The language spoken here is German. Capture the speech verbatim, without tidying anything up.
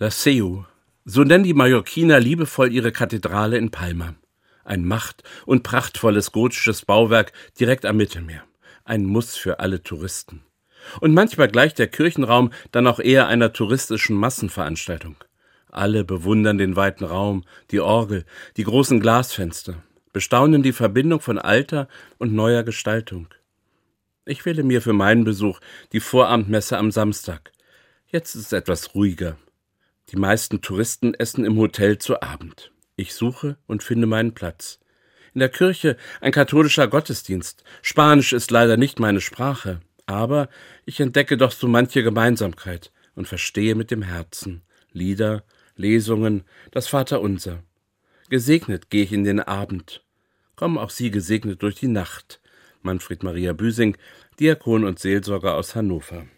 La Seu, so nennen die Mallorquiner liebevoll ihre Kathedrale in Palma. Ein macht- und prachtvolles gotisches Bauwerk direkt am Mittelmeer. Ein Muss für alle Touristen. Und manchmal gleicht der Kirchenraum dann auch eher einer touristischen Massenveranstaltung. Alle bewundern den weiten Raum, die Orgel, die großen Glasfenster, bestaunen die Verbindung von alter und neuer Gestaltung. Ich wähle mir für meinen Besuch die Vorabendmesse am Samstag. Jetzt ist es etwas ruhiger. Die meisten Touristen essen im Hotel zu Abend. Ich suche und finde meinen Platz. In der Kirche ein katholischer Gottesdienst. Spanisch ist leider nicht meine Sprache, aber ich entdecke doch so manche Gemeinsamkeit und verstehe mit dem Herzen. Lieder, Lesungen, das Vaterunser. Gesegnet gehe ich in den Abend. Kommen auch Sie gesegnet durch die Nacht. Manfred Maria Büsing, Diakon und Seelsorger aus Hannover.